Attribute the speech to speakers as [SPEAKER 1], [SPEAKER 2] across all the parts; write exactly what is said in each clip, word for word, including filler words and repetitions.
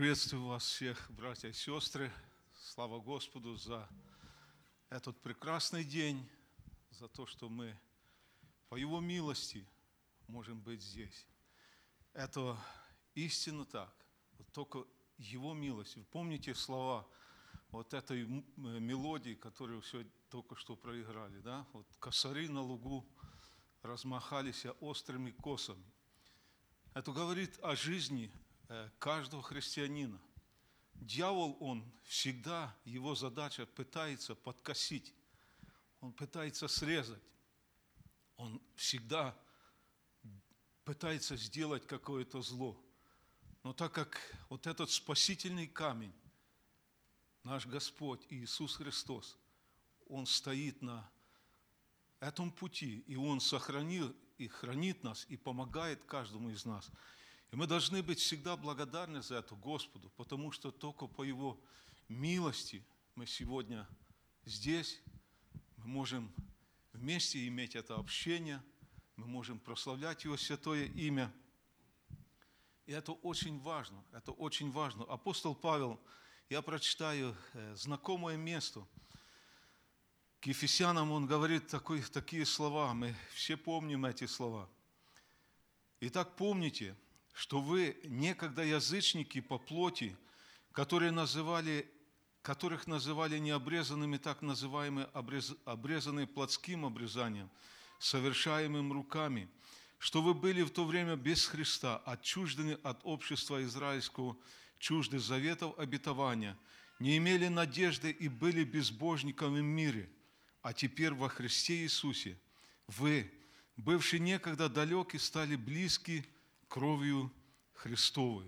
[SPEAKER 1] Приветствую вас всех, братья и сестры. Слава Господу за этот прекрасный день, за то, что мы по Его милости можем быть здесь. Это истинно так. Вот только Его милость. Вы помните слова вот этой мелодии, которую все только что проиграли, да? Вот косари на лугу размахались острыми косами. Это говорит о жизни каждого христианина. Дьявол, он всегда, его задача пытается подкосить, он пытается срезать, он всегда пытается сделать какое-то зло. Но так как вот этот спасительный камень, наш Господь Иисус Христос, Он стоит на этом пути, и Он сохранил и хранит нас, и помогает каждому из нас. И мы должны быть всегда благодарны за это Господу, потому что только по Его милости мы сегодня здесь, мы можем вместе иметь это общение, мы можем прославлять Его святое имя. И это очень важно, это очень важно. Апостол Павел, я прочитаю знакомое место. К Ефесянам он говорит такой, такие слова, мы все помним эти слова. Итак, помните, что вы некогда язычники по плоти, которые называли, которых называли необрезанными, так называемые обрез, обрезанные плотским обрезанием, совершаемым руками, что вы были в то время без Христа, отчуждены от общества израильского, чужды заветов обетования, не имели надежды и были безбожниками в мире, а теперь во Христе Иисусе вы, бывшие некогда далеки, стали близки кровью Христовую.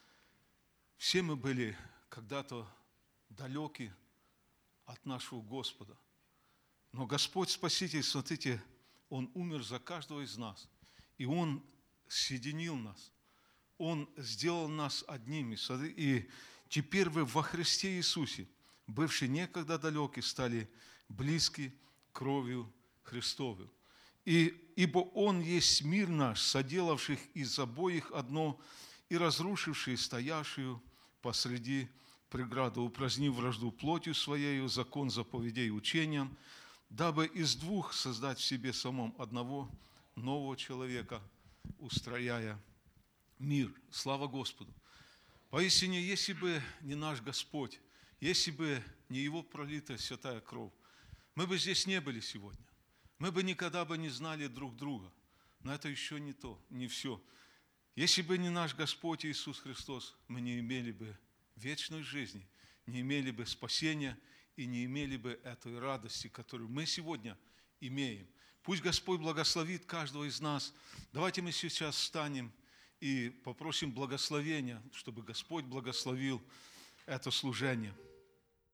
[SPEAKER 1] Все мы были когда-то далеки от нашего Господа. Но Господь Спаситель, смотрите, Он умер за каждого из нас. И Он соединил нас. Он сделал нас одними. И теперь вы во Христе Иисусе, бывшие некогда далеки, стали близки кровью Христовую. И, ибо Он есть мир наш, соделавших из обоих одно и разрушивший стоящую посреди преграду, упразднив вражду плотью Своею, закон заповедей и учением, дабы из двух создать в себе самом одного нового человека, устрояя мир. Слава Господу! Поистине, если бы не наш Господь, если бы не Его пролитая святая кровь, мы бы здесь не были сегодня. Мы бы никогда бы не знали друг друга. Но это еще не то, не все. Если бы не наш Господь Иисус Христос, мы не имели бы вечной жизни, не имели бы спасения и не имели бы этой радости, которую мы сегодня имеем. Пусть Господь благословит каждого из нас. Давайте мы сейчас встанем и попросим благословения, чтобы Господь благословил это служение.